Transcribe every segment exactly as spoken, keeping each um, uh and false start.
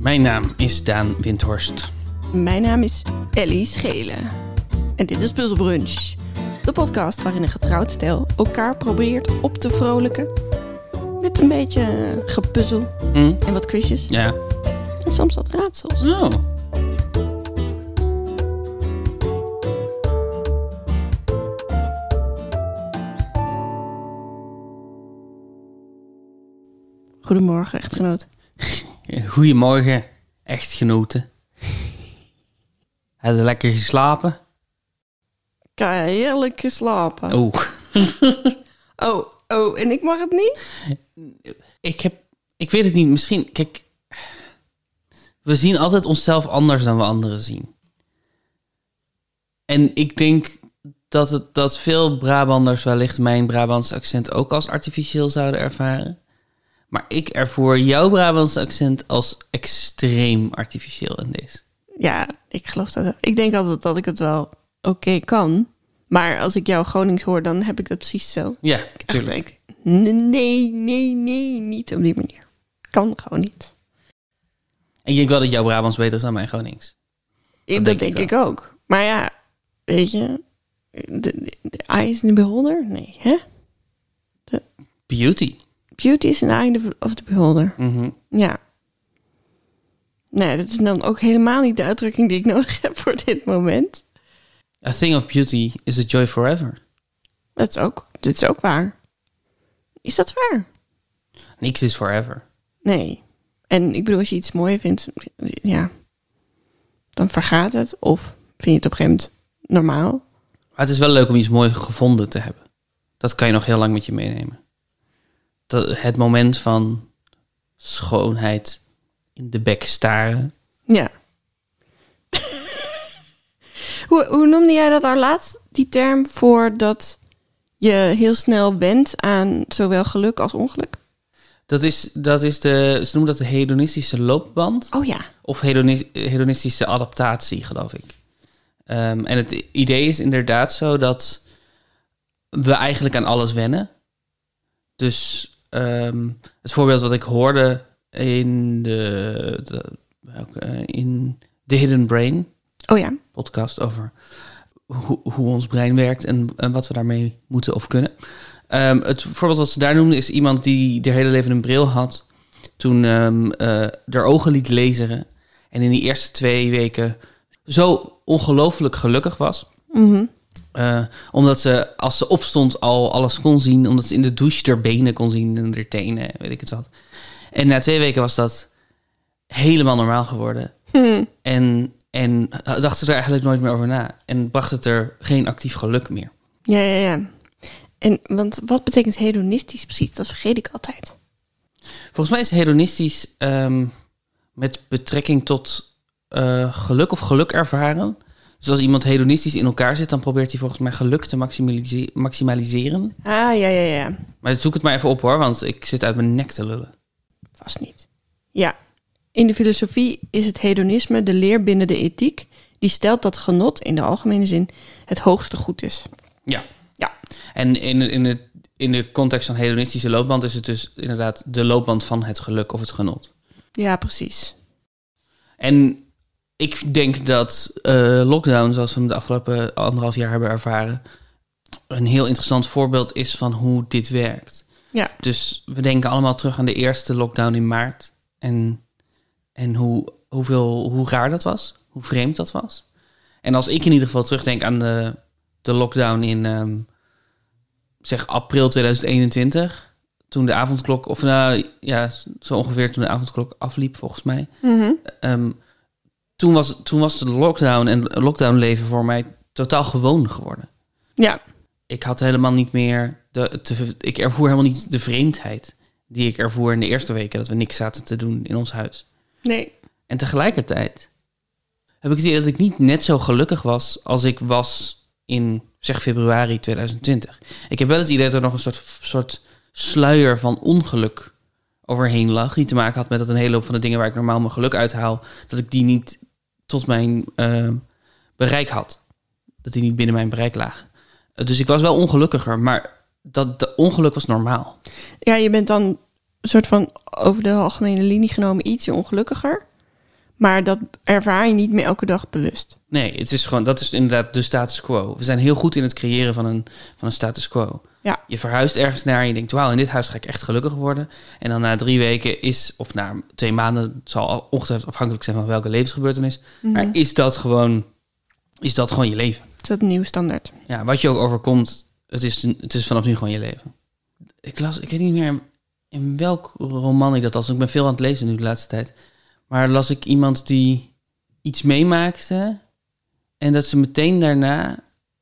Mijn naam is Daan Windhorst. Mijn naam is Ellie Schelen. En dit is Puzzelbrunch. De podcast waarin een getrouwd stel elkaar probeert op te vrolijken. Met een beetje gepuzzel Hm? en wat quizjes. Ja. En soms wat raadsels. Oh. Goedemorgen, echtgenoot. Goedemorgen, echtgenoten. Heb je lekker geslapen? Ik heb heerlijk geslapen. Oh. Oh, oh, en ik mag het niet? Ik heb... Ik weet het niet. Misschien... Kijk... We zien altijd onszelf anders dan we anderen zien. En ik denk dat, het, dat veel Brabanders wellicht mijn Brabants accent ook als artificieel zouden ervaren. Maar ik ervoer jouw Brabants accent als extreem artificieel in deze. Ja, ik geloof dat wel. Ik denk altijd dat ik het wel oké kan. Maar als ik jou Gronings hoor, dan heb ik dat precies zo. Ja, Echt tuurlijk. denk, nee, nee, nee, niet op die manier. Kan gewoon niet. En ik denk wel dat jouw Brabants beter is dan mijn Gronings. Dat, denk denk, ik ik, ook. Maar ja, weet je, de, de, de eye is in de beholder? Nee, hè? Beauty. Beauty is in the eye of the beholder. Mhm. Ja. Nee, dat is dan ook helemaal niet de uitdrukking die ik nodig heb voor dit moment. A thing of beauty is a joy forever. Dat is ook, dat is ook waar. Is dat waar? Niks is forever. Nee. En ik bedoel, als je iets mooi vindt, ja, dan vergaat het. Of vind je het op een gegeven moment normaal? Maar het is wel leuk om iets moois gevonden te hebben. Dat kan je nog heel lang met je meenemen. Dat, het moment van schoonheid in de bek staren. Ja. hoe, hoe noemde jij dat al laatst? Die term voor dat je heel snel went aan zowel geluk als ongeluk? Dat is, dat is de, ze noemen dat de hedonistische loopband. Oh ja. Of hedonis, hedonistische adaptatie, geloof ik. Um, en het idee is inderdaad zo dat we eigenlijk aan alles wennen. Dus um, het voorbeeld wat ik hoorde in de, de, welke, in The Hidden Brain Oh ja. podcast over hoe, hoe ons brein werkt en, en wat we daarmee moeten of kunnen. Um, het voorbeeld wat ze daar noemden is iemand die haar hele leven een bril had. Toen um, uh, haar ogen liet laseren. En in die eerste twee weken zo ongelooflijk gelukkig was. Mm-hmm. Uh, omdat ze, als ze opstond, al alles kon zien. Omdat ze in de douche haar benen kon zien en haar tenen, weet ik het wat. En na twee weken was dat helemaal normaal geworden. Hmm. En, en dacht ze er eigenlijk nooit meer over na. En bracht het er geen actief geluk meer. Ja, ja, ja. En want wat betekent hedonistisch precies? Dat vergeet ik altijd. Volgens mij is hedonistisch um, met betrekking tot uh, geluk of geluk ervaren. Dus als iemand hedonistisch in elkaar zit, dan probeert hij volgens mij geluk te maximalise- maximaliseren. Ah, ja, ja, ja. Maar zoek het maar even op hoor, want ik zit uit mijn nek te lullen. Vast niet. Ja. In de filosofie is het hedonisme de leer binnen de ethiek die stelt dat genot in de algemene zin het hoogste goed is. Ja. Ja. En in, in, het, in de context van hedonistische loopband is het dus inderdaad de loopband van het geluk of het genot. Ja, precies. En ik denk dat uh, lockdown, zoals we hem de afgelopen anderhalf jaar hebben ervaren, een heel interessant voorbeeld is van hoe dit werkt. Ja. Dus we denken allemaal terug aan de eerste lockdown in maart. En, en hoe, hoeveel, hoe raar dat was. Hoe vreemd dat was. En als ik in ieder geval terugdenk aan de, de lockdown in um, zeg april tweeduizend eenentwintig. Toen de avondklok, of nou ja, zo ongeveer toen de avondklok afliep volgens mij. Mm-hmm. Um, toen, was, toen was de lockdown en lockdownleven voor mij totaal gewoon geworden. Ja. Ik had helemaal niet meer de, te, ik ervoer helemaal niet de vreemdheid die ik ervoer in de eerste weken dat we niks zaten te doen in ons huis. Nee. En tegelijkertijd heb ik het idee dat ik niet net zo gelukkig was als ik was in, zeg, februari tweeduizend twintig. Ik heb wel het idee dat er nog een soort, soort sluier van ongeluk overheen lag, die te maken had met dat een hele hoop van de dingen waar ik normaal mijn geluk uithaal, dat ik die niet tot mijn uh, bereik had. Dat die niet binnen mijn bereik lagen. Uh, dus ik was wel ongelukkiger, maar dat de ongeluk was normaal. Ja, je bent dan een soort van over de algemene linie genomen ietsje ongelukkiger. Maar dat ervaar je niet meer elke dag bewust. Nee, het is gewoon, dat is inderdaad de status quo. We zijn heel goed in het creëren van een, van een status quo. Ja. Je verhuist ergens naar en je denkt, wauw, in dit huis ga ik echt gelukkig worden. En dan na drie weken is, of na twee maanden, het zal ongetwijfeld afhankelijk zijn van welke levensgebeurtenis. Mm-hmm. Maar is dat gewoon, is dat gewoon je leven? Is dat een nieuwe standaard? Ja, wat je ook overkomt, het is, het is vanaf nu gewoon je leven. Ik las, ik weet niet meer in welk roman ik dat las. Ik ben veel aan het lezen nu de laatste tijd. Maar las ik iemand die iets meemaakte en dat ze meteen daarna,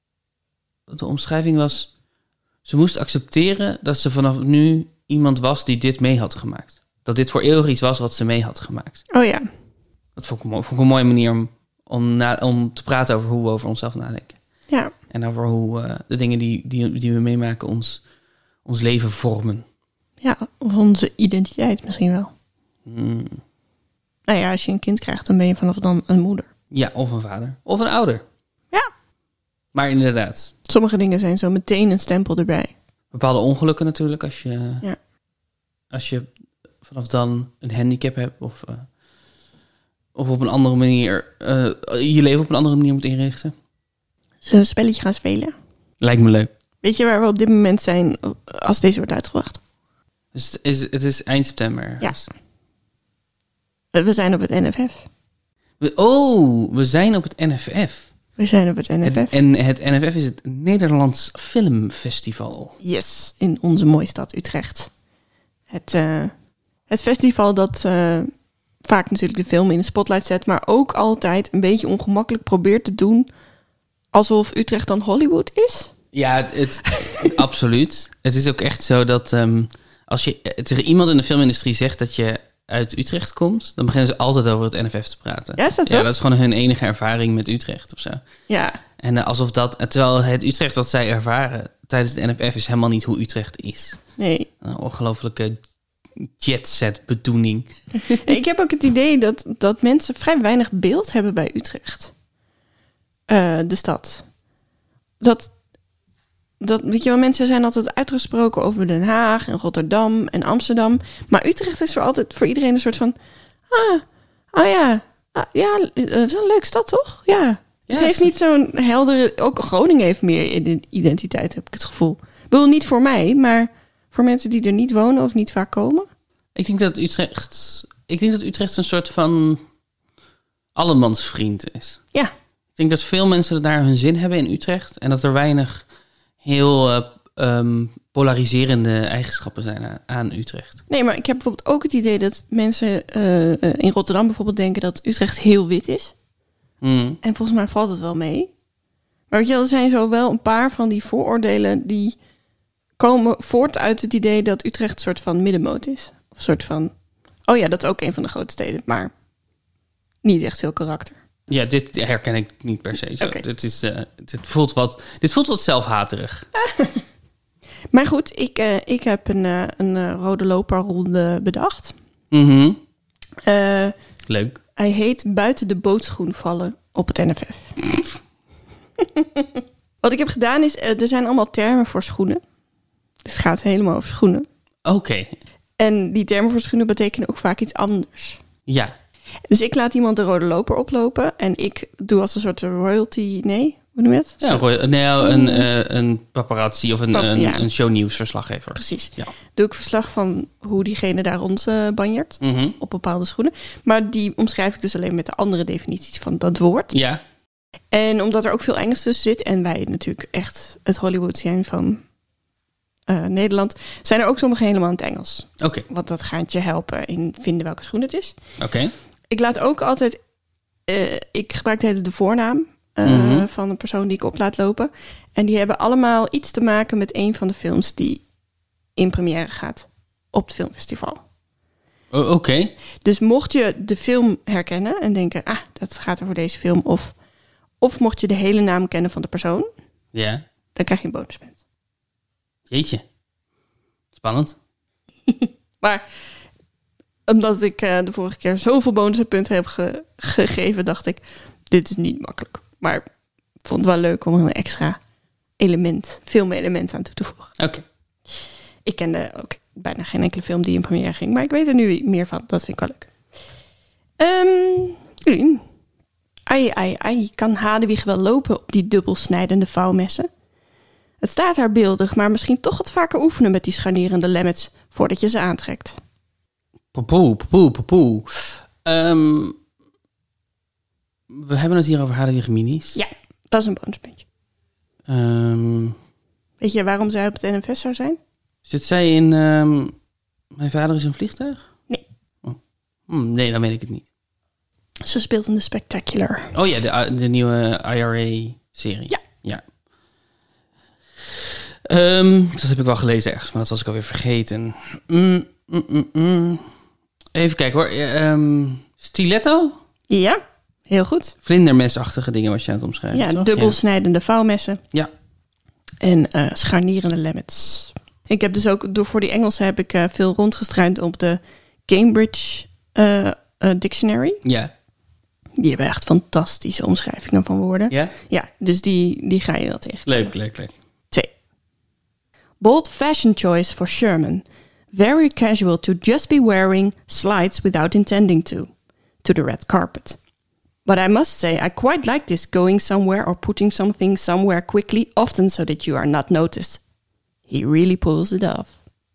de omschrijving was, ze moest accepteren dat ze vanaf nu iemand was die dit mee had gemaakt. Dat dit voor eeuwig iets was wat ze mee had gemaakt. Oh ja. Dat vond ik, vond ik een mooie manier om, om, na, om te praten over hoe we over onszelf nadenken. Ja. En over hoe uh, de dingen die, die, die we meemaken ons, ons leven vormen. Ja, of onze identiteit misschien wel. Hmm. Nou ja, als je een kind krijgt, dan ben je vanaf dan een moeder. Ja, of een vader. Of een ouder. Ja. Maar inderdaad. Sommige dingen zijn zo meteen een stempel erbij. Bepaalde ongelukken natuurlijk. Als je, ja. als je vanaf dan een handicap hebt. Of, uh, of op een andere manier uh, je leven op een andere manier moet inrichten. Zullen we een spelletje gaan spelen? Lijkt me leuk. Weet je waar we op dit moment zijn als deze wordt uitgebracht? Dus het is, het is eind september. Ja. Dus. We zijn op het N F F. We, oh, we zijn op het N F F. We zijn op het N F F. Het, en het N F F is het Nederlands Filmfestival. Yes, in onze mooie stad Utrecht. Het, uh, het festival dat uh, vaak natuurlijk de film in de spotlight zet, maar ook altijd een beetje ongemakkelijk probeert te doen alsof Utrecht dan Hollywood is. Ja, het, het absoluut. Het is ook echt zo dat um, als je tegen iemand in de filmindustrie zegt dat je uit Utrecht komt, dan beginnen ze altijd over het N F F te praten. Ja, is dat zo? Ja, dat is gewoon hun enige ervaring met Utrecht of zo. Ja. En uh, alsof dat, terwijl het Utrecht dat zij ervaren tijdens de N F F is helemaal niet hoe Utrecht is. Nee. Een ongelofelijke jetset bedoeling. Ik heb ook het idee dat, dat mensen vrij weinig beeld hebben bij Utrecht. Uh, de stad. Dat, dat, weet je wel, mensen zijn altijd uitgesproken over Den Haag en Rotterdam en Amsterdam. Maar Utrecht is voor altijd voor iedereen een soort van, ah, oh ja, ah, ja, het is een leuke stad, toch? Ja. Ja, het heeft niet zo'n heldere, ook Groningen heeft meer identiteit, heb ik het gevoel. Ik bedoel, niet voor mij, maar voor mensen die er niet wonen of niet vaak komen. Ik denk dat Utrecht, ik denk dat Utrecht een soort van allemansvriend is. Ja. Ik denk dat veel mensen daar hun zin hebben in Utrecht en dat er weinig heel uh, um, polariserende eigenschappen zijn aan, aan Utrecht. Nee, maar ik heb bijvoorbeeld ook het idee dat mensen uh, uh, in Rotterdam bijvoorbeeld denken dat Utrecht heel wit is. Hmm. En volgens mij valt het wel mee. Maar weet je, er zijn zo wel een paar van die vooroordelen die komen voort uit het idee dat Utrecht een soort van middenmoot is. Of een soort van, oh ja, dat is ook een van de grote steden, maar niet echt veel karakter. Ja, dit herken ik niet per se zo. Okay. Dit, is, uh, dit, voelt wat, dit voelt wat zelfhaterig. Maar goed, ik, uh, ik heb een, uh, een uh, rode loopronde bedacht. Mm-hmm. Uh, Leuk. Hij heet Buiten de bootschoen vallen op het N F F. Wat ik heb gedaan is, uh, er zijn allemaal termen voor schoenen. Het gaat helemaal over schoenen. Oké. Okay. En die termen voor schoenen betekenen ook vaak iets anders. Ja. Dus ik laat iemand de rode loper oplopen en ik doe als een soort royalty, nee, hoe noem je het? Ja, roy- nee, een, uh, een paparazzi of een, Pap- een, ja. een shownieuwsverslaggever. Precies. Ja. Doe ik verslag van hoe diegene daar rond uh, banjert Mm-hmm. op bepaalde schoenen. Maar die omschrijf ik dus alleen met de andere definities van dat woord. Ja. En omdat er ook veel Engels tussen zit en wij natuurlijk echt het Hollywood zijn van uh, Nederland, zijn er ook sommige helemaal in het Engels. Oké. Okay. Want dat gaat je helpen in vinden welke schoen het is. Oké. Okay. Ik laat ook altijd, uh, ik gebruik de, hele de voornaam uh, mm-hmm. van de persoon die ik op laat lopen. En die hebben allemaal iets te maken met een van de films die in première gaat op het filmfestival. Oké. Okay. Dus mocht je de film herkennen en denken, ah, dat gaat over deze film. Of, of mocht je de hele naam kennen van de persoon, ja. Dan krijg je een bonuspunt. Jeetje. Spannend. Maar omdat ik uh, de vorige keer zoveel bonuspunten heb ge- gegeven, dacht ik, dit is niet makkelijk. Maar ik vond het wel leuk om een extra element, filmelement aan toe te voegen. Oké. Okay. Ik kende ook bijna geen enkele film die in première ging, maar ik weet er nu meer van. Dat vind ik wel leuk. Um, Mm. Ai, ai, ai, kan Hadewig wel lopen op die dubbelsnijdende vouwmessen? Het staat haar beeldig, maar misschien toch wat vaker oefenen met die scharnierende lemmets voordat je ze aantrekt. Poepoe, poepoe, poepoe. Um, we hebben het hier over Hadewig Minis. Ja, dat is een bonuspuntje. Um, Weet je waarom zij op het N F S zou zijn? Zit zij in um, Mijn vader is een vliegtuig? Nee. Oh. Hm, nee, dan weet ik het niet. Ze speelt in The Spectacular. Oh ja, de, de nieuwe I R A-serie. Ja. ja. Um, dat heb ik wel gelezen ergens, maar dat was ik alweer vergeten. Mm, mm, mm, mm. Even kijken hoor. Um, stiletto? Ja, heel goed. Vlindermesachtige dingen was je aan het omschrijven, Ja, toch? dubbelsnijdende ja. vouwmessen. Ja. En uh, scharnierende lemmets. Ik heb dus ook, door voor die Engelse heb ik uh, veel rondgestruind op de Cambridge uh, uh, Dictionary. Ja. Die hebben echt fantastische omschrijvingen van woorden. Ja? Ja, dus die, die ga je wel tegen. Leuk, leuk, leuk. Twee. Bold fashion choice for Sherman. Very casual to just be wearing slides without intending to. To the red carpet. But I must say, I quite like this going somewhere or putting something somewhere quickly, often so that you are not noticed. He really pulls it off.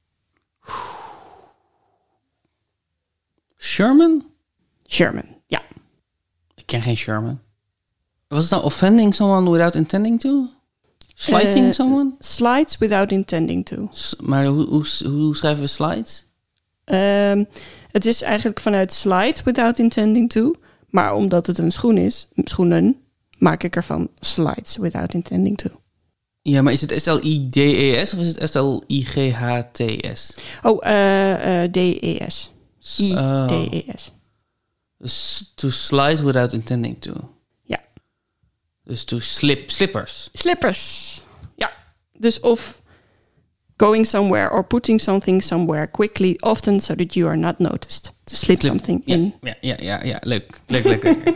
Sherman? Sherman, ja. Ik ken geen Sherman. Was het nou offending someone without intending to? Slighting uh, someone? Slides without intending to. S- maar hoe, hoe, hoe schrijven we slides? Um, het is eigenlijk vanuit slide without intending to. Maar omdat het een schoen is, schoenen, maak ik ervan slides without intending to. Ja, maar is het S L I D E S of is het S L I G H T S? Oh, uh, uh, D E S. I D E S. Dus to slide without intending to. Ja. Dus to slip, slippers. Slippers. Ja. Dus of going somewhere or putting something somewhere quickly, often so that you are not noticed. To slip, slip. something ja, in. Ja, ja, ja, ja. Leuk. Leuk, leuk, leuk.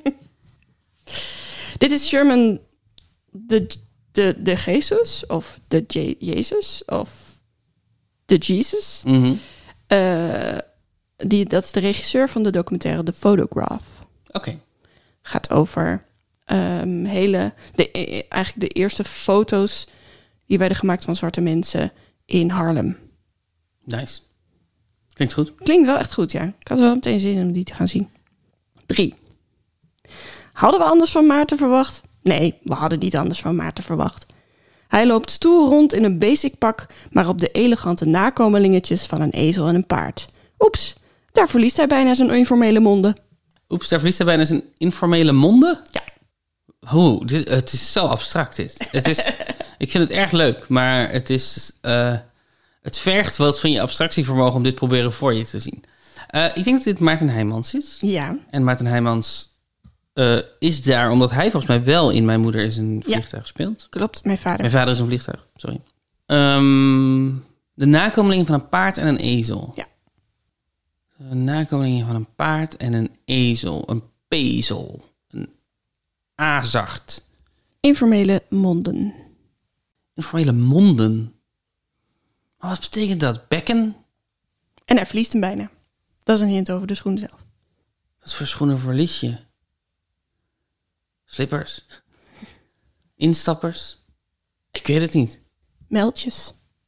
Dit is Sherman de, de, de Jesus of de Je- Jezus of de Jesus. Mm-hmm. Uh, die, dat is de regisseur van de documentaire The Photograph. Oké. Okay. Gaat over um, hele, de, eigenlijk de eerste foto's die werden gemaakt van zwarte mensen in Harlem. Nice. Klinkt goed. Klinkt wel echt goed, ja. Ik had wel meteen zin in om die te gaan zien. Drie. Hadden we anders van Maarten verwacht? Nee, we hadden niet anders van Maarten verwacht. Hij loopt stoer rond in een basic pak, maar op de elegante nakomelingetjes van een ezel en een paard. Oeps, daar verliest hij bijna zijn informele monden. Oeps, daar verliest hij bijna zijn informele monden? Ja. Oeh, dit, het is zo abstract dit. Het is, ik vind het erg leuk, maar het is... Uh, het vergt wat van je abstractievermogen om dit proberen voor je te zien. Uh, ik denk dat dit Maarten Heijmans is. Ja. En Maarten Heijmans uh, is daar omdat hij volgens mij wel in Mijn Moeder is een vliegtuig ja. gespeeld. Klopt, mijn vader. Mijn vader is een vliegtuig, sorry. Um, de nakomelingen van een paard en een ezel. Ja. De nakomelingen van een paard en een ezel. Een pezel. Een azacht. Informele monden. Informele monden. Maar wat betekent dat? Bekken? En hij verliest hem bijna. Dat is een hint over de schoen zelf. Wat voor schoenen verlies je? Slippers? Instappers? Ik weet het niet. Meldjes.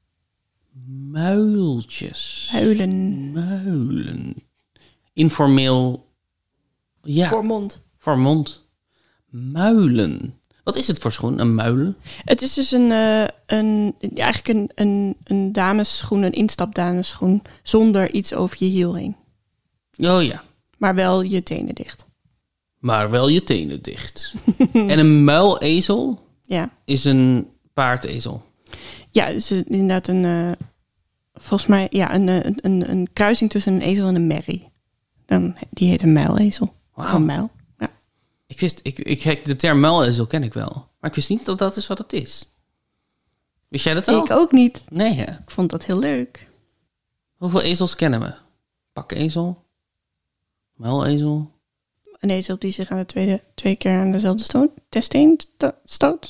Muiltjes. Muilen. Muilen. Informeel. Ja. Voor mond. Voor mond. Muilen. Wat is het voor schoen? Een muil? Het is dus een, uh, een eigenlijk een, een, een damesschoen, een instapdamesschoen, zonder iets over je hiel heen. Oh ja. Maar wel je tenen dicht. Maar wel je tenen dicht. En een muilezel ja. is een paardezel. Ja, dus inderdaad een, uh, volgens mij, ja, een, een, een, een kruising tussen een ezel en een merrie. Dan, die heet een muilezel. Wow. Van muil. Ja. Ik wist, ik, ik, de term muilezel ken ik wel. Maar ik wist niet dat dat is wat het is. Wist jij dat al? Ik ook niet. Nee, hè? Ik vond dat heel leuk. Hoeveel ezels kennen we? Pakezel? Muilezel? Een ezel die zich aan de tweede, twee keer aan dezelfde stoot, testeen sto- stoot.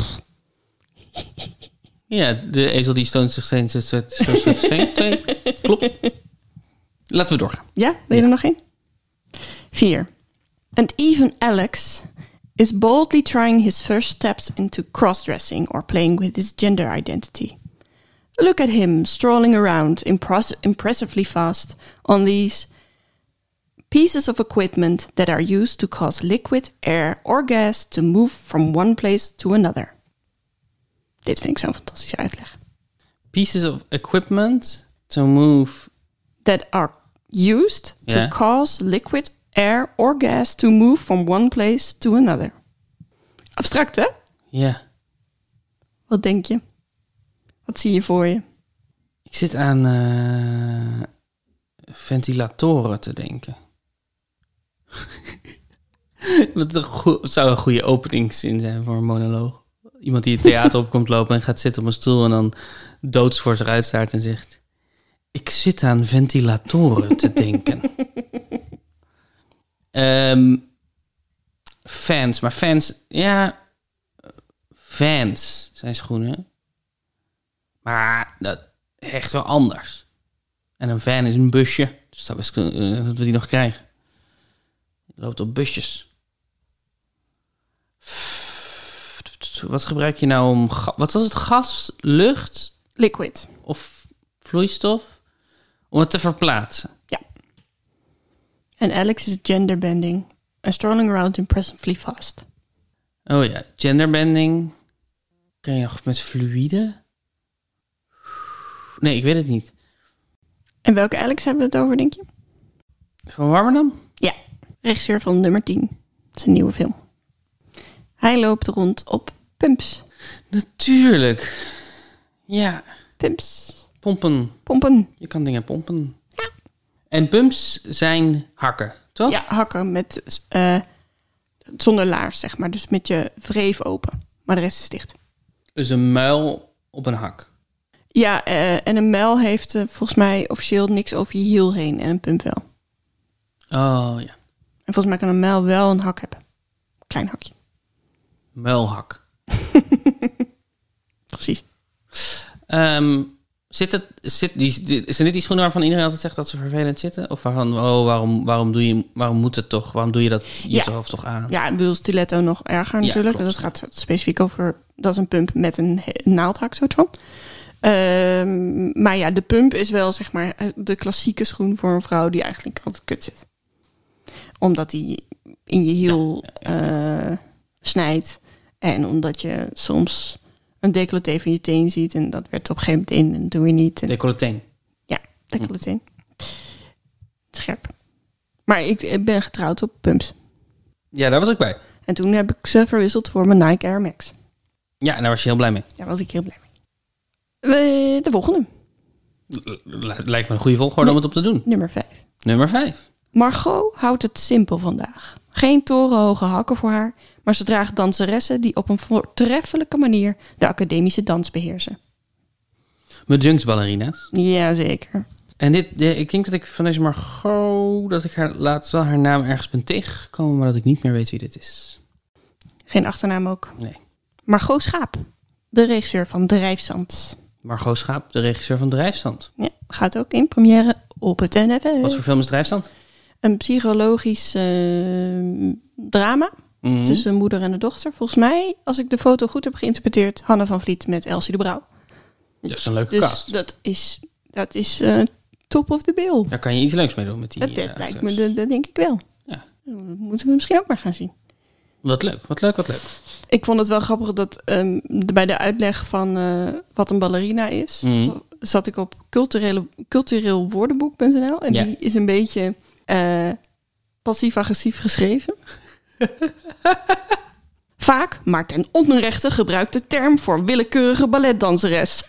Ja, de ezel die stoot zich steeds. Twee. Klopt. Laten we doorgaan. Ja, wil je ja. er nog één? Vier. And even Alex is boldly trying his first steps into cross-dressing or playing with his gender identity. Look at him strolling around impress- impressively fast on these pieces of equipment that are used to cause liquid, air or gas to move from one place to another. Dit vind ik zo'n fantastische uitleg. Pieces of equipment to move... That are used Yeah. to cause liquid, air or gas to move from one place to another. Abstract, hè? Ja. Wat denk je? Wat zie je voor je? Ik zit aan uh, ventilatoren te denken. Wat een go- zou een goede openingszin zijn voor een monoloog. Iemand die het theater op komt lopen en gaat zitten op een stoel en dan doods voor zich uitstaart en zegt... Ik zit aan ventilatoren te denken. um, fans, maar fans... Ja, fans zijn schoenen. Maar dat echt wel anders. En een van is een busje. Dus dat is uh, wat we die nog krijgen. Je loopt op busjes. Wat gebruik je nou om... Ga- wat was het? Gas, lucht Liquid. of vloeistof? Om het te verplaatsen. Ja. En Alex is genderbending. And strolling around impressively fast. Oh ja, genderbending. Kan je nog met fluïde? Nee, ik weet het niet. En welke Alex hebben we het over, denk je? Van Warmerdam? Ja. Regisseur van nummer tien. Dat is een nieuwe film. Hij loopt rond op pumps. Natuurlijk. Ja, Pumps. pompen. Pompen. Je kan dingen pompen. Ja. En pumps zijn hakken, toch? Ja, hakken met... Uh, zonder laars, zeg maar. Dus met je wreef open. Maar de rest is dicht. Dus een muil op een hak. Ja, uh, en een muil heeft uh, volgens mij officieel niks over je hiel heen. En een pump wel. Oh ja. En volgens mij kan een muil wel een hak hebben. Klein hakje. Muilhak. Precies. Um, zit het, zit die, die, zijn dit die schoenen waarvan iedereen altijd zegt dat ze vervelend zitten? Of waarom, oh, waarom, waarom, doe je, waarom moet het toch? Waarom doe je dat jezelf ja. toch aan? Ja, ik bedoel stiletto nog erger natuurlijk. Ja, dat gaat specifiek over... Dat is een pump met een naaldhak, soort van. Um, maar ja, de pump is wel zeg maar de klassieke schoen voor een vrouw die eigenlijk altijd kut zit. Omdat die in je hiel ja, ja, ja. Uh, snijdt. En omdat je soms een decolleté van je teen ziet. En dat werd op een gegeven moment in en doe je niet. En... Decolleté? Ja, decolleté. Hm. Scherp. Maar ik, ik ben getrouwd op pumps. Ja, daar was ik bij. En toen heb ik ze verwisseld voor mijn Nike Air Max. Ja, en daar was je heel blij mee. Daar was ik heel blij mee. De volgende. Lijkt me een goede volgorde nee. om het op te doen. Nummer vijf. Nummer vijf. Margot houdt het simpel vandaag. Geen torenhoge hakken voor haar, maar ze draagt danseressen die op een voortreffelijke manier de academische dans beheersen. Adjunctballerina's. Jazeker. En dit, ik denk dat ik van deze Margot, dat ik haar laatst wel haar naam ergens ben tegengekomen, maar dat ik niet meer weet wie dit is. Geen achternaam ook? Nee. Margot Schaap, de regisseur van Drijfzand. Margot Schaap, de regisseur van Drijfzand. Ja, gaat ook in première op het N F L. Wat voor film is Drijfzand? Een psychologisch uh, drama mm-hmm. tussen moeder en de dochter. Volgens mij, als ik de foto goed heb geïnterpreteerd, Hanne van Vliet met Elsie de Brouw. Dat is een leuke dus cast. dat is, dat is uh, top of the bill. Daar kan je iets leuks mee doen met die. Dat, dat uh, lijkt me, dat, dat denk ik wel. Ja. Dat moeten we misschien ook maar gaan zien. Wat leuk, wat leuk, wat leuk. Ik vond het wel grappig dat um, de, bij de uitleg van uh, wat een ballerina is, mm. zat ik op culturele, cultureel woordenboek punt n l. En ja. die is een beetje uh, passief-agressief geschreven. Vaak maakt een onrechte gebruikte term voor willekeurige balletdanseres.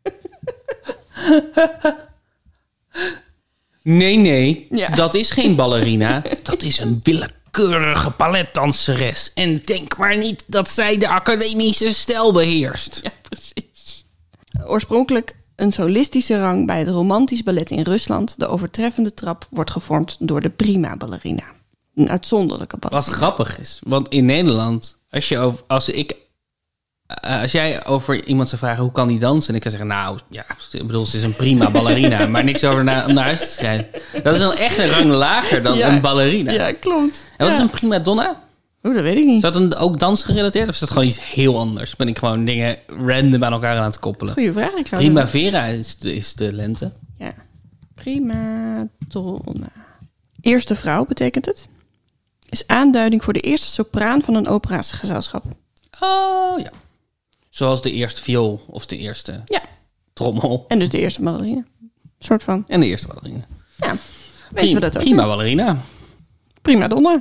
Nee, nee, ja. dat is geen ballerina. Dat is een willekeurige balletdanseres. En denk maar niet dat zij de academische stijl beheerst. Ja, precies. Oorspronkelijk een solistische rang bij het romantisch ballet in Rusland. De overtreffende trap wordt gevormd door de prima ballerina. Een uitzonderlijke ballerina. Wat grappig is, want in Nederland, als, je over, als ik uh, als jij over iemand zou vragen hoe kan die dansen, en ik kan zeggen, nou, ja, ik bedoel, ze is een prima ballerina, maar niks over naar, om naar huis te schrijven. Dat is dan echt een rang lager dan Ja. een ballerina. Ja, klopt. En wat Ja. is een prima donna? Oeh, dat weet ik niet. Is dat een, ook dansgerelateerd of is dat gewoon iets heel anders? Ben ik gewoon dingen random aan elkaar aan het koppelen? Goeie vraag. Ik zou Primavera is de, is de lente. Ja. Prima donna. Eerste vrouw betekent het. Is aanduiding voor de eerste sopraan van een operagezelschap. Oh ja. Zoals de eerste viool of de eerste Ja. trommel. En dus de eerste ballerina. Soort van. En de eerste ballerina. Ja. Weten we dat ook? Prima ballerina. Prima donna.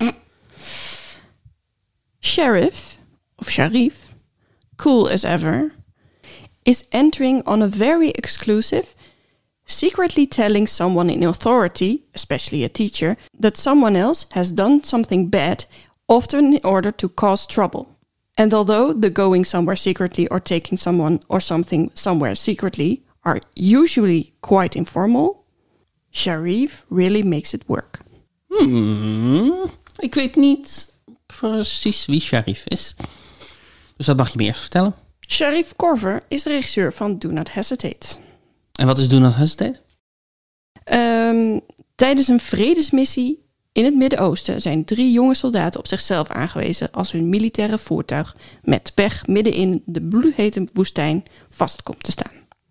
Sheriff, of Sharif, cool as ever, is entering on a very exclusive, secretly telling someone in authority, especially a teacher, that someone else has done something bad, often in order to cause trouble. And although the going somewhere secretly or taking someone or something somewhere secretly are usually quite informal, Sharif really makes it work. Hmm, ik weet niet precies wie Sharif is. Dus dat mag je me eerst vertellen. Sharif Korver is de regisseur van Do Not Hesitate. En wat is Do Not Hesitate? Um, tijdens een vredesmissie in het Midden-Oosten zijn drie jonge soldaten op zichzelf aangewezen als hun militaire voertuig met pech midden in de bloedhete woestijn vast komt te staan.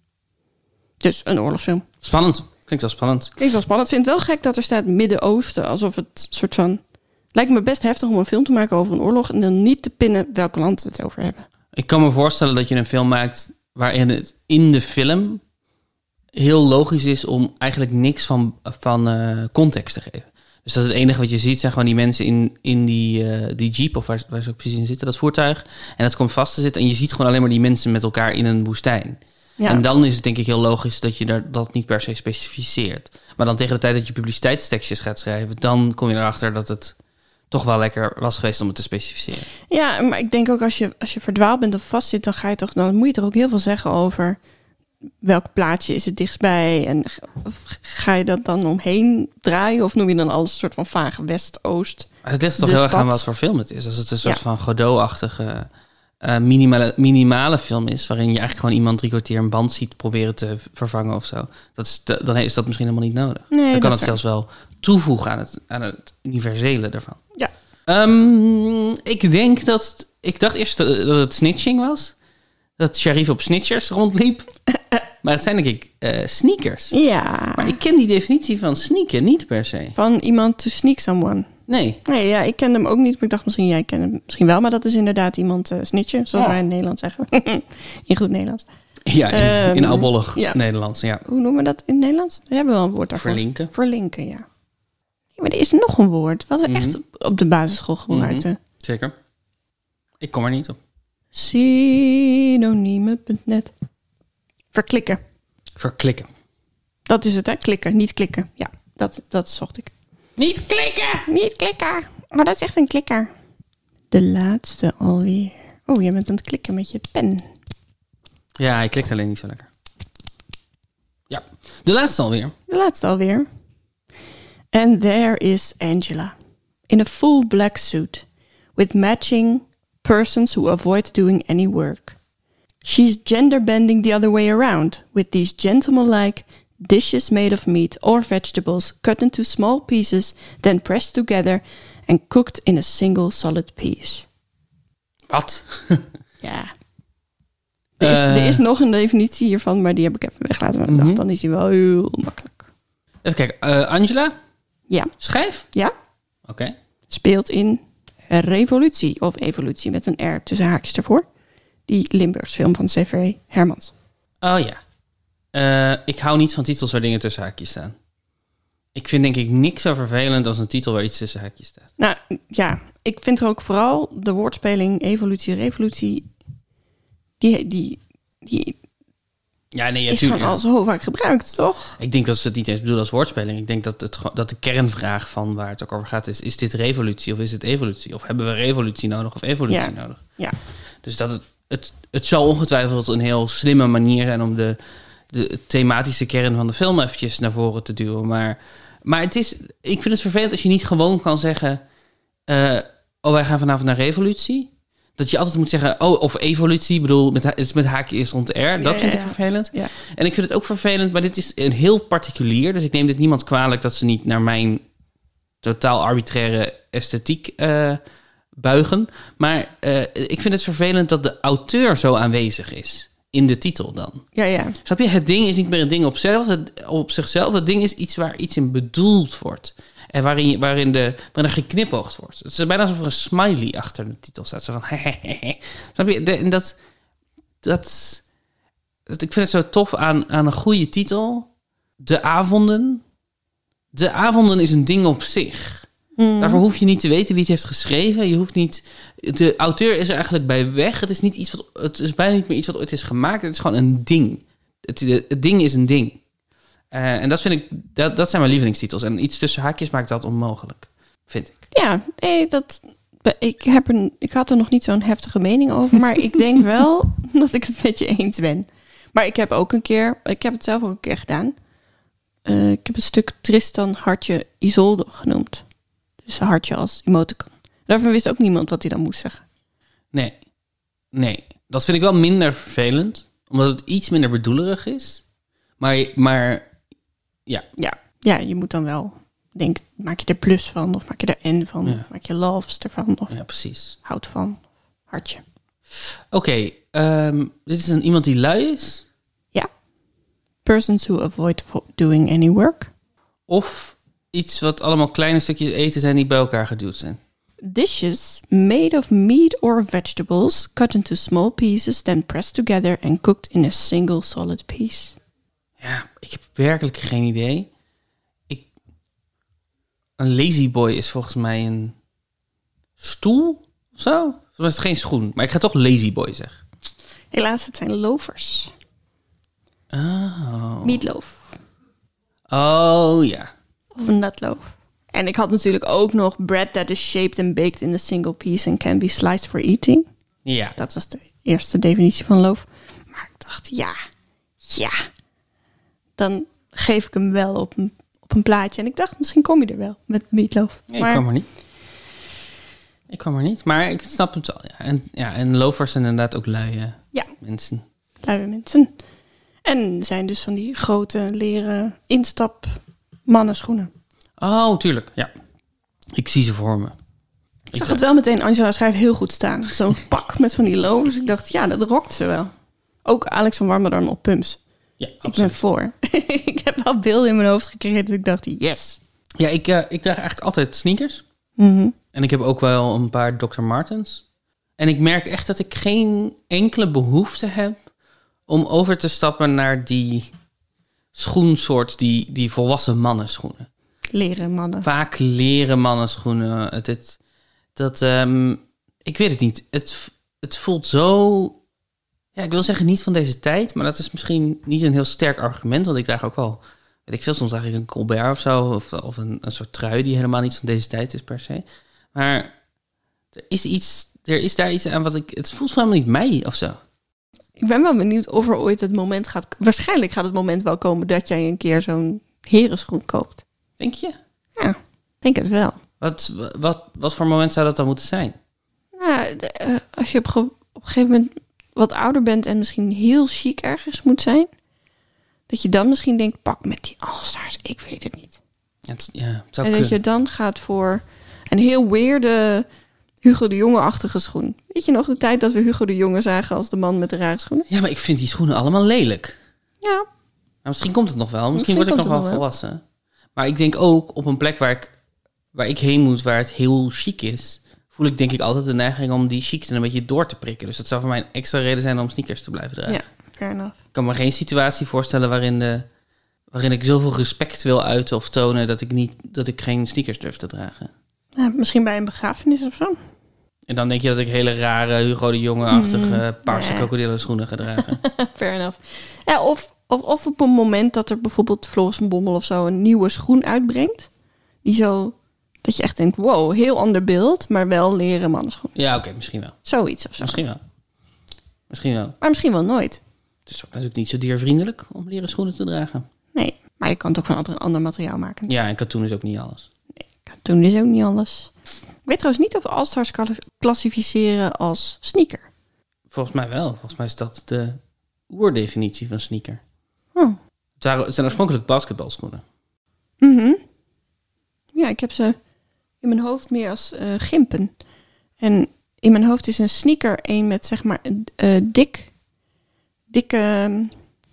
Dus een oorlogsfilm. Spannend. Klinkt wel spannend. Klinkt wel spannend. Ik vind het wel gek dat er staat Midden-Oosten, alsof het soort van... Lijkt me best heftig om een film te maken over een oorlog en dan niet te pinnen welk land we het over hebben. Ik kan me voorstellen dat je een film maakt waarin het in de film heel logisch is om eigenlijk niks van, van uh, context te geven. Dus dat is het enige wat je ziet, zijn gewoon die mensen in, in die, uh, die jeep, of waar, waar ze ook precies in zitten, dat voertuig. En dat komt vast te zitten en je ziet gewoon alleen maar die mensen met elkaar in een woestijn. Ja. En dan is het denk ik heel logisch dat je daar, dat niet per se specificeert. Maar dan tegen de tijd dat je publiciteitstekstjes gaat schrijven, dan kom je erachter dat het toch wel lekker was geweest om het te specificeren. Ja, maar ik denk ook als je, als je verdwaald bent of vastzit, dan ga je toch, dan moet je toch ook heel veel zeggen over welk plaatsje is het dichtstbij en of ga je dat dan omheen draaien of noem je dan alles een soort van vage West-Oost? Het ligt toch de heel erg stad. aan wat voor film het is. Als het een soort Ja. van Godot-achtige uh, minimale, minimale film is, waarin je eigenlijk gewoon iemand drie kwartier een band ziet proberen te vervangen of zo, dat is de, dan is dat misschien helemaal niet nodig. Nee, dan dat kan het is zelfs wel toevoegen aan het, aan het universele ervan. Ja. Um, ik denk dat... Ik dacht eerst dat dat het snitching was. Dat Sharif op snitchers rondliep. Maar het zijn denk ik uh, sneakers. Ja. Maar ik ken die definitie van sneaken niet per se. Van iemand to sneak someone. Nee. Nee, ja, ik ken hem ook niet, maar ik dacht misschien jij kent hem misschien wel, maar dat is inderdaad iemand uh, snitchen, zoals Oh. wij in Nederland zeggen. In goed Nederlands. Ja, in, Um, in oudbollig ja. Nederlands. Ja. Hoe noemen we dat in het Nederlands? We hebben wel een woord daarvoor. Verlinken. Verlinken, ja. Ja, maar er is nog een woord wat we Mhm. echt op, op de basisschool gebruikten. Zeker. Ik kom er niet op. Synoniemen punt net. Verklikken. Verklikken. Dat is het, hè? Klikken, niet klikken. Ja, dat, dat zocht ik. Niet klikken! Niet klikken. Maar dat is echt een klikker. De laatste alweer. Oh, je bent aan het klikken met je pen. Ja, hij klikt alleen niet zo lekker. Ja. De laatste alweer. De laatste alweer. And there is Angela. In a full black suit. With matching persons who avoid doing any work. She's gender-bending the other way around. With these gentleman-like dishes made of meat or vegetables cut into small pieces, then pressed together and cooked in a single solid piece. Wat? Ja. Er is, Uh. er is nog een definitie hiervan, maar die heb ik even weglaten. Maar ik dacht, Mhm. dan is die wel heel makkelijk. Even kijken. Uh, Angela? Ja. Schijf? Ja. Oké. Speelt in Revolutie, of Evolutie met een R tussen haakjes ervoor. Die Limburgs film van C V Hermans. Oh ja. Uh, ik hou niet van titels waar dingen tussen haakjes staan. Ik vind denk ik niks zo vervelend als een titel waar iets tussen haakjes staat. Nou ja, ik vind er ook vooral de woordspeling Evolutie, Revolutie, die, die, die Ja, nee, is natuurlijk. gewoon al zo vaak gebruikt, toch? Ik denk dat ze het niet eens bedoelen als woordspeling. Ik denk dat, het, gewoon- dat de kernvraag van waar het ook over gaat is... is dit revolutie of is het evolutie? Of hebben we revolutie nodig of evolutie Ja. nodig? Ja. Dus dat het, het, het zal ongetwijfeld een heel slimme manier zijn... om de, de thematische kern van de film eventjes naar voren te duwen. Maar, maar het is, ik vind het vervelend als je niet gewoon kan zeggen... Uh, oh, wij gaan vanavond naar revolutie. Dat je altijd moet zeggen, oh, of evolutie. Ik bedoel, met, het is met haakjes rond R. Dat Ja, vind ja, ik ja. vervelend. Ja. En ik vind het ook vervelend, maar dit is een heel particulier. Dus ik neem dit niemand kwalijk dat ze niet naar mijn totaal arbitraire esthetiek uh, buigen. Maar uh, ik vind het vervelend dat de auteur zo aanwezig is. In de titel dan. Ja, ja. Snap je? Het ding is niet meer een ding op, zelf, het, op zichzelf. Het ding is iets waar iets in bedoeld wordt. En waarin, je, waarin, de, waarin er geknipoogd wordt. Het is bijna alsof er een smiley achter de titel staat. Zo van, snap je? De, en dat, dat, dat... Ik vind het zo tof aan, aan een goede titel. De avonden. De avonden is een ding op zich. Mm. Daarvoor hoef je niet te weten wie het heeft geschreven. Je hoeft niet... De auteur is er eigenlijk bij weg. Het is, niet iets wat, het is bijna niet meer iets wat ooit is gemaakt. Het is gewoon een ding. Het, het ding is een ding. Uh, en dat vind ik... Dat, dat zijn mijn lievelingstitels. En iets tussen haakjes maakt dat onmogelijk. Vind ik. Ja, nee, dat... Ik, heb er, ik had er nog niet zo'n heftige mening over. Maar ik denk wel dat ik het met je eens ben. Maar ik heb ook een keer... Ik heb het zelf ook een keer gedaan. Uh, ik heb een stuk Tristan Hartje Isolde genoemd. Dus een hartje als emoticon. Daarvan wist ook niemand wat hij dan moest zeggen. Nee. Nee. Dat vind ik wel minder vervelend. Omdat het iets minder bedoelerig is. Maar, maar ja. ja. Ja, je moet dan wel denken, maak je er plus van? Of maak je er N van? Ja. Maak je loves ervan? Of ja, precies. Houd van. Hartje. Oké. Okay, um, dit is een, iemand die lui is? Ja. Persons who avoid doing any work. Of... iets wat allemaal kleine stukjes eten zijn die bij elkaar geduwd zijn. Dishes made of meat or vegetables, cut into small pieces, then pressed together and cooked in a single solid piece. Ja, ik heb werkelijk geen idee. Ik... Een lazy boy is volgens mij een stoel of zo? Dat is het geen schoen, maar ik ga toch lazy boy zeggen. Helaas, het zijn loafers. Oh. Meatloaf. Oh, ja. Of een nutloaf. En ik had natuurlijk ook nog bread that is shaped and baked in a single piece and can be sliced for eating. Ja. Dat was de eerste definitie van loof. Maar ik dacht, ja, ja. Dan geef ik hem wel op een, op een plaatje. En ik dacht, misschien kom je er wel met meatloaf. Nee, maar... ik kwam er niet. Ik kwam er niet, maar ik snap het wel. Ja. En, ja, en loafers zijn inderdaad ook luie ja. mensen. Luie mensen. En zijn dus van die grote leren instap mannenschoenen. Oh, tuurlijk, ja. Ik zie ze voor me. Ik zag het wel meteen, Angela schrijft heel goed staan. Zo'n pak met van die loafers. Ik dacht, ja, dat rokt ze wel. Ook Alex van Warmerdam op pumps. Ja, ik ben voor. Ik heb wel beelden in mijn hoofd gecreëerd. Dus ik dacht, yes. Ja, ik, uh, ik draag eigenlijk altijd sneakers. Mm-hmm. En ik heb ook wel een paar doctor Martens. En ik merk echt dat ik geen enkele behoefte heb om over te stappen naar die schoensoort, die, die volwassen mannenschoenen. Leren mannen. Vaak leren mannenschoenen. Het, het, dat, um, ik weet het niet. Het, het voelt zo... Ja, ik wil zeggen niet van deze tijd, maar dat is misschien niet een heel sterk argument, want ik draag ook wel, weet ik veel, soms draag ik een Colbert of zo, of, of een, een soort trui die helemaal niet van deze tijd is per se. Maar er is iets, er is daar iets aan wat ik, het voelt helemaal niet mij of zo. Ik ben wel benieuwd of er ooit het moment gaat, waarschijnlijk gaat het moment wel komen dat jij een keer zo'n herenschoen koopt. Denk je? Ja, ik denk het wel. Wat, wat, wat voor moment zou dat dan moeten zijn? Nou, de, uh, als je op, ge- op een gegeven moment wat ouder bent en misschien heel chic ergens moet zijn, dat je dan misschien denkt, pak met die All-Stars, ik weet het niet. Het, ja, het zou en kunnen. dat je dan gaat voor een heel weirde Hugo de Jonge-achtige schoen. Weet je nog de tijd dat we Hugo de Jonge zagen als de man met de rare schoenen? Ja, maar ik vind die schoenen allemaal lelijk. Ja. Nou, misschien komt het nog wel. Misschien, misschien word ik nog wel volwassen. Wel. Maar ik denk ook op een plek waar ik, waar ik heen moet, waar het heel chic is, voel ik denk ik altijd de neiging om die chic een beetje door te prikken. Dus dat zou voor mij een extra reden zijn om sneakers te blijven dragen. Ja, fair enough. Ik kan me geen situatie voorstellen waarin, de, waarin ik zoveel respect wil uiten of tonen dat ik, niet, dat ik geen sneakers durf te dragen. Ja, misschien bij een begrafenis of zo. En dan denk je dat ik hele rare Hugo de Jonge-achtige mm, paarse nee. krokodillen schoenen ga dragen. Fair enough. Ja, of, of, of op een moment dat er bijvoorbeeld Floris van Bommel of zo een nieuwe schoen uitbrengt. Die zo, dat je echt denkt, wow, heel ander beeld, maar wel leren mannenschoen. Ja, oké, okay, misschien wel. Zoiets of zo. Misschien wel. Misschien wel. Maar misschien wel nooit. Het is ook natuurlijk niet zo diervriendelijk om leren schoenen te dragen. Nee, maar je kan het ook van ander, ander materiaal maken. Ja, en katoen is ook niet alles. Nee, toen is ook niet alles. Ik weet trouwens niet of All-Stars klassificeren als sneaker. Volgens mij wel. Volgens mij is dat de oerdefinitie van sneaker. Oh. Het, waren, het zijn oorspronkelijk basketbalschoenen. Mm-hmm. Ja, ik heb ze in mijn hoofd meer als uh, gimpen. En in mijn hoofd is een sneaker een met zeg maar uh, dik, dikke, uh,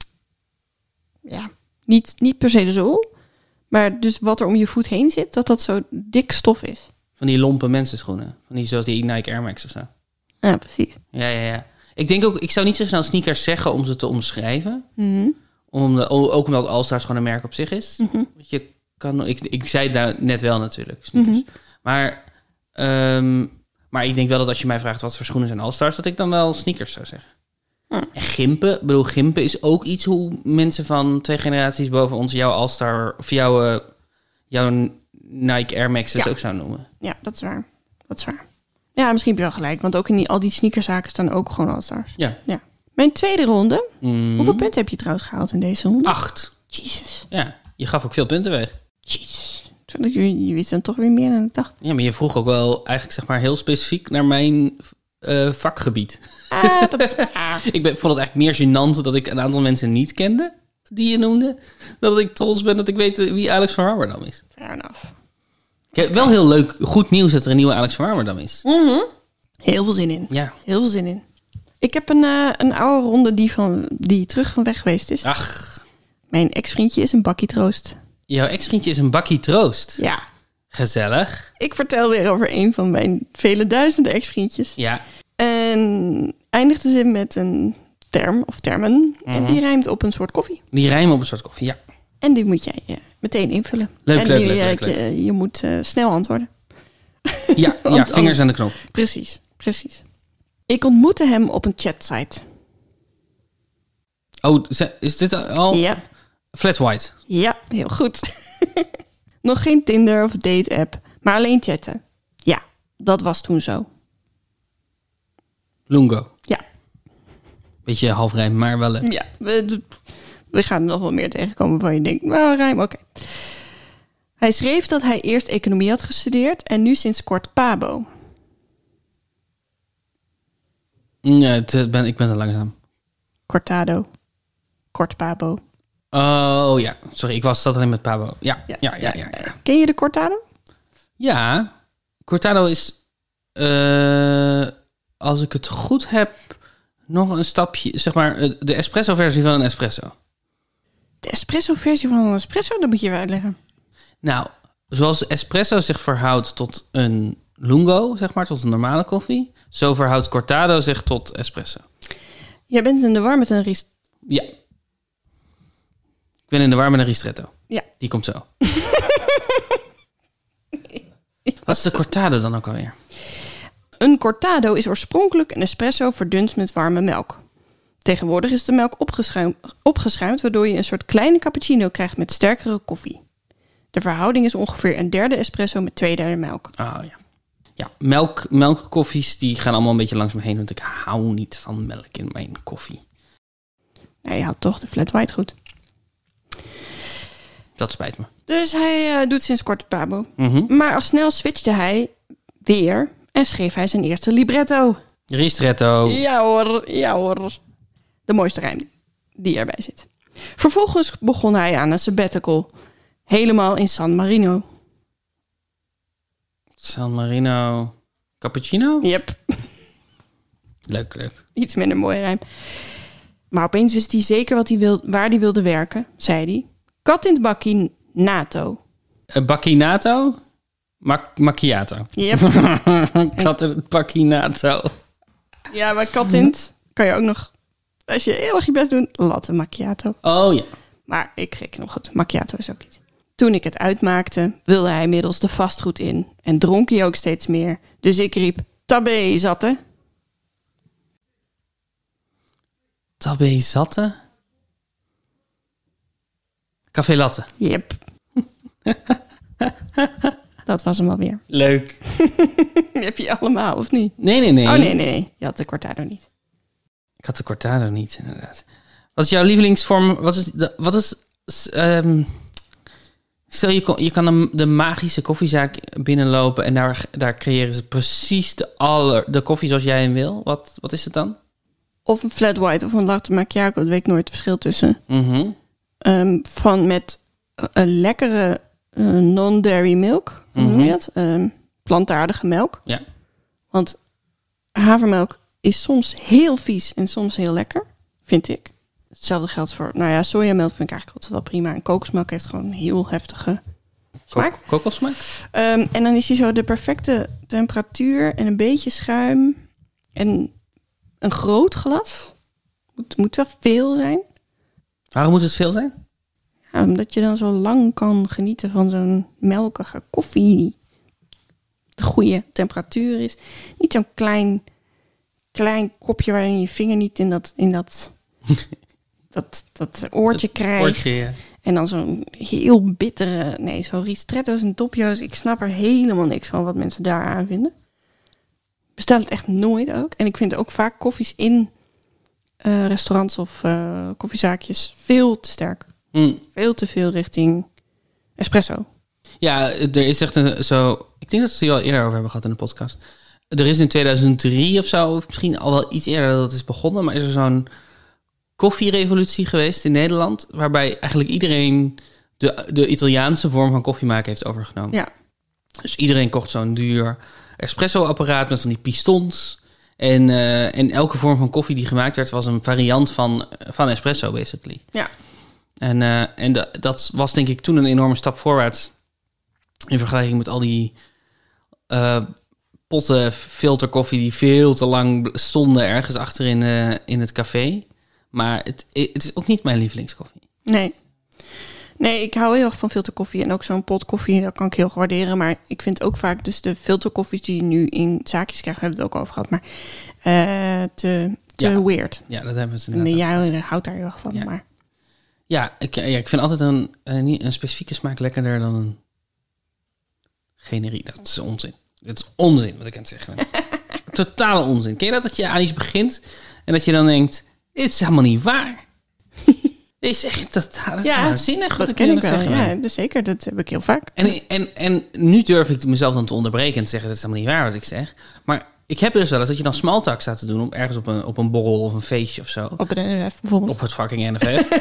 ja, niet, niet per se de zool, maar dus wat er om je voet heen zit, dat dat zo dik stof is. Van die lompe mensenschoenen. Van die, zoals die Nike Air Max of zo. Ja, precies. Ja, ja, ja. Ik denk ook, ik zou niet zo snel sneakers zeggen om ze te omschrijven. Mm-hmm. Om de, ook omdat All-Stars gewoon een merk op zich is. Mm-hmm. Je kan, ik, ik zei het nou net wel natuurlijk, sneakers. Mm-hmm. Maar, um, maar ik denk wel dat als je mij vraagt wat voor schoenen zijn All-Stars, dat ik dan wel sneakers zou zeggen. Mm. En gimpen, ik bedoel, gimpen is ook iets hoe mensen van twee generaties boven ons jouw All-Star of jouw, uh, jouw Nike Air Max's ja. ook zou noemen. Ja, dat is waar. Dat is waar. Ja, misschien heb je wel gelijk, want ook in die, al die sneakerzaken staan ook gewoon All-Stars. Ja. ja. Mijn tweede ronde. Mm. Hoeveel punten heb je trouwens gehaald in deze ronde? Acht. Jezus. Ja, je gaf ook veel punten weg. Jezus. Je, je wist dan toch weer meer dan ik dacht. Ja, maar je vroeg ook wel eigenlijk zeg maar heel specifiek naar mijn uh, vakgebied. Ah, dat is waar. Ik ben, vond het eigenlijk meer gênant dat ik een aantal mensen niet kende die je noemde, dan dat ik trots ben dat ik weet wie Alex van Warmerdam is. Fair enough. Ik heb wel heel leuk, goed nieuws dat er een nieuwe Alex van Warmerdam is. Mm-hmm. Heel veel zin in. Ja. Heel veel zin in. Ik heb een, uh, een oude ronde die, van, die terug van weg geweest is. Ach. Mijn ex-vriendje is een bakkie troost. Jouw ex-vriendje is een bakkie troost? Ja. Gezellig. Ik vertel weer over een van mijn vele duizenden ex-vriendjes. Ja. En eindigde ze met een term of termen. Mm-hmm. En die rijmt op een soort koffie. Die rijmen op een soort koffie, ja. En die moet jij uh, meteen invullen. Leuk, en leuk, die, leuk, uh, leuk, leuk. Je, je moet uh, snel antwoorden. Ja, ja vingers anders... aan de knop. Precies, precies. Ik ontmoette hem op een chatsite. Oh, is dit al? Ja. Flat White. Ja, heel goed. Nog geen Tinder of date-app, maar alleen chatten. Ja, dat was toen zo. Lungo. Ja. Beetje half rijm, maar wel leuk. Ja, we, we gaan er nog wel meer tegenkomen waarvan je denkt, nou, rijm, oké. Okay. Hij schreef dat hij eerst economie had gestudeerd en nu sinds kort Pabo. Ja, het, ben, ik ben te langzaam. Cortado. Kort Pabo. Oh ja, sorry, ik was dat alleen met Pabo. Ja, ja, ja, ja, ja, ja. Ken je de Cortado? Ja, Cortado is, uh, als ik het goed heb, nog een stapje, zeg maar, de espresso-versie van een espresso. De espresso-versie van een espresso? Dat moet je wel uitleggen. Nou, zoals espresso zich verhoudt tot een lungo, zeg maar, tot een normale koffie, zo verhoudt Cortado zich tot espresso. Jij bent in de war met een rist... Ja. Ik ben in de war met een ristretto. Ja. Die komt zo. Wat is de Cortado dan ook alweer? Een Cortado is oorspronkelijk een espresso verdund met warme melk. Tegenwoordig is de melk opgeschuimd, opgeschuimd, waardoor je een soort kleine cappuccino krijgt met sterkere koffie. De verhouding is ongeveer een derde espresso met twee derde melk. Oh ja. Ja, melk, melkkoffies die gaan allemaal een beetje langs me heen, want ik hou niet van melk in mijn koffie. Nee, je had toch de flat white goed. Dat spijt me. Dus hij uh, doet sinds kort Pabo. Mm-hmm. Maar al snel switchte hij weer en schreef hij zijn eerste libretto. Ristretto. Ja hoor, ja hoor. De mooiste rijm die erbij zit. Vervolgens begon hij aan een sabbatical. Helemaal in San Marino. San Marino cappuccino? Yep. Leuk, leuk. Iets minder mooie rijm. Maar opeens wist hij zeker wat hij wil, waar hij wilde werken, zei hij. Kat in het bakkie, NATO. Uh, Bakkinato? Mac- macchiato. Yep. Kat in het bakkinato. Ja, maar katint kan je ook nog, als je heel erg je best doet, latte macchiato. Oh ja. Maar ik reken nog goed, macchiato is ook iets. Toen ik het uitmaakte, wilde hij inmiddels de vastgoed in. En dronk hij ook steeds meer. Dus ik riep, tabé zatte. Tabé zatte? Café latte. Yep. Dat was hem alweer. Leuk. Heb je allemaal, of niet? Nee, nee, nee. Oh, nee, nee, nee. Je had de Cortado niet. Ik had de Cortado niet, inderdaad. Wat is jouw lievelingsvorm? Wat is... De, wat is um, Stel, je, kon, je kan de, de magische koffiezaak binnenlopen en daar, daar creëren ze precies de, aller, de koffie zoals jij hem wil. Wat, wat is het dan? Of een flat white of een latte macchiato. Dat weet ik nooit het verschil tussen. Mm-hmm. Um, van met een lekkere uh, non-dairy milk. Hoe noem je dat? Um, plantaardige melk. Ja. Want havermelk is soms heel vies en soms heel lekker, vind ik. Hetzelfde geldt voor, nou ja, sojamelk vind ik eigenlijk altijd wel prima. En kokosmelk heeft gewoon een heel heftige smaak. Ko- kokosmelk? Um, en dan is hij zo de perfecte temperatuur en een beetje schuim. En een groot glas. Moet, moet wel veel zijn. Waarom moet het veel zijn? Ja, omdat je dan zo lang kan genieten van zo'n melkige koffie die de goede temperatuur is. Niet zo'n klein, klein kopje waarin je vinger niet in dat, in dat, dat, dat oortje Het krijgt. oortje, ja. En dan zo'n heel bittere, nee, zo'n ristretto's en dopjo's. Ik snap er helemaal niks van wat mensen daar aan vinden. Bestel het echt nooit ook. En ik vind ook vaak koffies in uh, restaurants of uh, koffiezaakjes veel te sterk. Mm. Veel te veel richting espresso. Ja, er is echt een zo... Ik denk dat we het hier al eerder over hebben gehad in de podcast. Er is in tweeduizend drie of zo, of misschien al wel iets eerder dat het is begonnen, maar is er zo'n koffierevolutie geweest in Nederland, waarbij eigenlijk iedereen de, de Italiaanse vorm van koffie maken heeft overgenomen. Ja. Dus iedereen kocht zo'n duur espresso-apparaat met van die pistons. En, uh, en elke vorm van koffie die gemaakt werd, was een variant van, van espresso, basically. Ja. En, uh, en da- dat was denk ik toen een enorme stap voorwaarts in vergelijking met al die uh, potten filterkoffie die veel te lang stonden ergens achter in, uh, in het café. Maar het, het is ook niet mijn lievelingskoffie. Nee. Nee, ik hou heel erg van filterkoffie. En ook zo'n pot koffie, dat kan ik heel goed waarderen. Maar ik vind ook vaak dus de filterkoffies die je nu in zaakjes krijgt, hebben we het ook over gehad. Maar uh, te, te Ja. weird. Ja, dat hebben we het Nee, inderdaad. jij houdt daar heel erg van. Ja. Maar Ja, ik, ja, ik vind altijd een, een, een specifieke smaak lekkerder dan een generiek. Dat is onzin. Dat is onzin wat ik aan het zeggen ben. Totale onzin. Ken je dat, dat je aan iets begint en dat je dan denkt, dit is helemaal niet waar. Dit is echt totaal, dat is ja, waanzinnig wat dat ik ken nu ik aan het wel. zeggen Ja, ben. dat zeker. Dat heb ik heel vaak. En, en, en nu durf ik mezelf dan te onderbreken en te zeggen, dat is helemaal niet waar wat ik zeg. Maar ik heb dus wel eens dat je dan smalltalk staat te doen op ergens op een, op een borrel of een feestje of zo. Op de N F F bijvoorbeeld. Op het fucking N F F.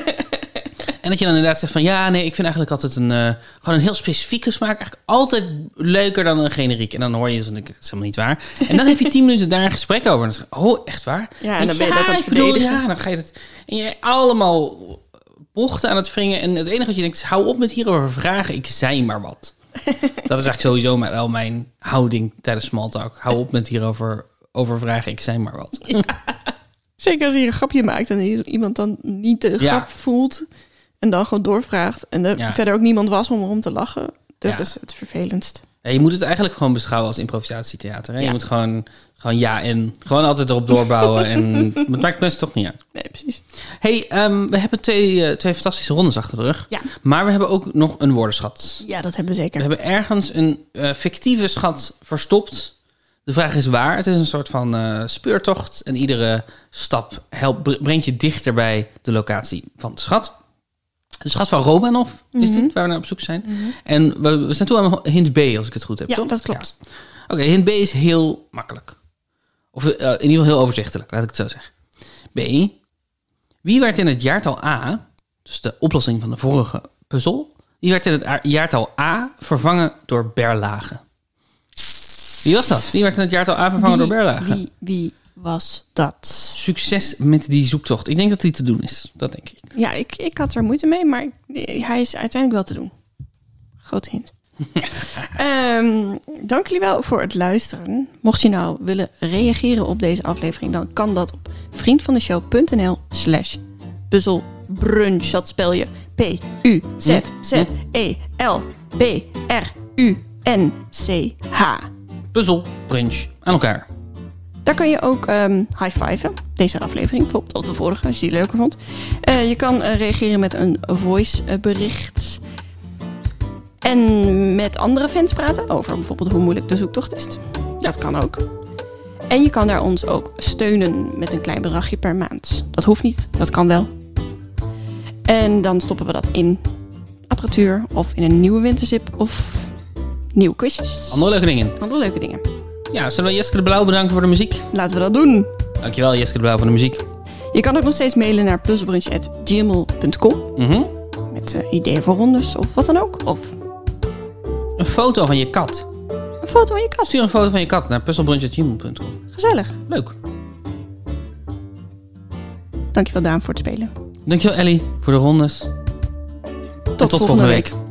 En dat je dan inderdaad zegt van, ja, nee, ik vind eigenlijk altijd een, uh, gewoon een heel specifieke smaak eigenlijk altijd leuker dan een generiek. En dan hoor je van, dat is helemaal niet waar. En dan heb je tien minuten daar een gesprek over. En dan zeg je, oh, echt waar? Ja, en dan ben je dat aan het ik bedoel, verdedigen. ja, dan ga je het... En je allemaal bochten aan het wringen. En het enige wat je denkt is, hou op met hierover vragen. Ik zei maar wat. Dat is eigenlijk sowieso mijn, wel mijn houding tijdens smalltalk. Hou op met hierover over vragen. Ik zei maar wat. Ja. Zeker als je een grapje maakt en iemand dan niet de Ja. grap voelt en dan gewoon doorvraagt en er Ja. verder ook niemand was om erom te lachen. Dat Ja. is het vervelendst. Ja, je moet het eigenlijk gewoon beschouwen als improvisatietheater. Hè? Ja. Je moet gewoon, gewoon ja en gewoon altijd erop doorbouwen. En het maakt mensen toch niet uit. Nee, precies. Hey, um, we hebben twee, uh, twee fantastische rondes achter de rug. Ja. Maar we hebben ook nog een woordenschat. Ja, dat hebben we We zeker. hebben ergens een uh, fictieve schat verstopt. De vraag is waar. Het is een soort van uh, speurtocht. En iedere stap helpt, brengt je dichter bij de locatie van de schat. De schat van Romanov is Mhm. dit, waar we naar op zoek zijn. Mhm. En we, we zijn toe aan hint B, als ik het goed heb, Ja, toch? dat klopt. Ja. Oké, okay, hint B is heel makkelijk. Of uh, in ieder geval heel overzichtelijk, laat ik het zo zeggen. B. Wie werd in het jaartal A, dus de oplossing van de vorige puzzel, wie werd in het a- jaartal A vervangen door Berlage? Wie was dat? Wie werd in het jaartal A vervangen Wie, door Berlage? wie, wie was dat? Succes met die zoektocht. Ik denk dat die te doen is. Dat denk ik. Ja, ik, ik had er moeite mee, maar hij is uiteindelijk wel te doen. Grote hint. um, dank jullie wel voor het luisteren. Mocht je nou willen reageren op deze aflevering, dan kan dat op vriendvandeshow.nl slash puzzelbrunch. Dat spel je P U Z Z E L B R U N C H. Puzzel, brunch, aan elkaar. Daar kan je ook um, high-fiven. Deze aflevering, bijvoorbeeld of de vorige, als je die leuker vond. Uh, je kan uh, reageren met een voice bericht. En met andere fans praten over bijvoorbeeld hoe moeilijk de zoektocht is. Dat kan ook. En je kan daar ons ook steunen met een klein bedragje per maand. Dat hoeft niet, dat kan wel. En dan stoppen we dat in apparatuur of in een nieuwe winterzip of nieuwe quizjes. Andere leuke dingen. Andere leuke dingen. Ja, zullen we Jeske de Blauw bedanken voor de muziek? Laten we dat doen. Dankjewel Jeske de Blauw voor de muziek. Je kan ook nog steeds mailen naar puzzelbrunch at gmail dot com Mm-hmm. met uh, ideeën voor rondes of wat dan ook. Of Een foto van je kat. een foto van je kat. Stuur een foto van je kat naar puzzelbrunch at gmail dot com. Gezellig. Leuk. Dankjewel Daan voor het spelen. Dankjewel Ellie voor de rondes. Tot, En tot volgende week.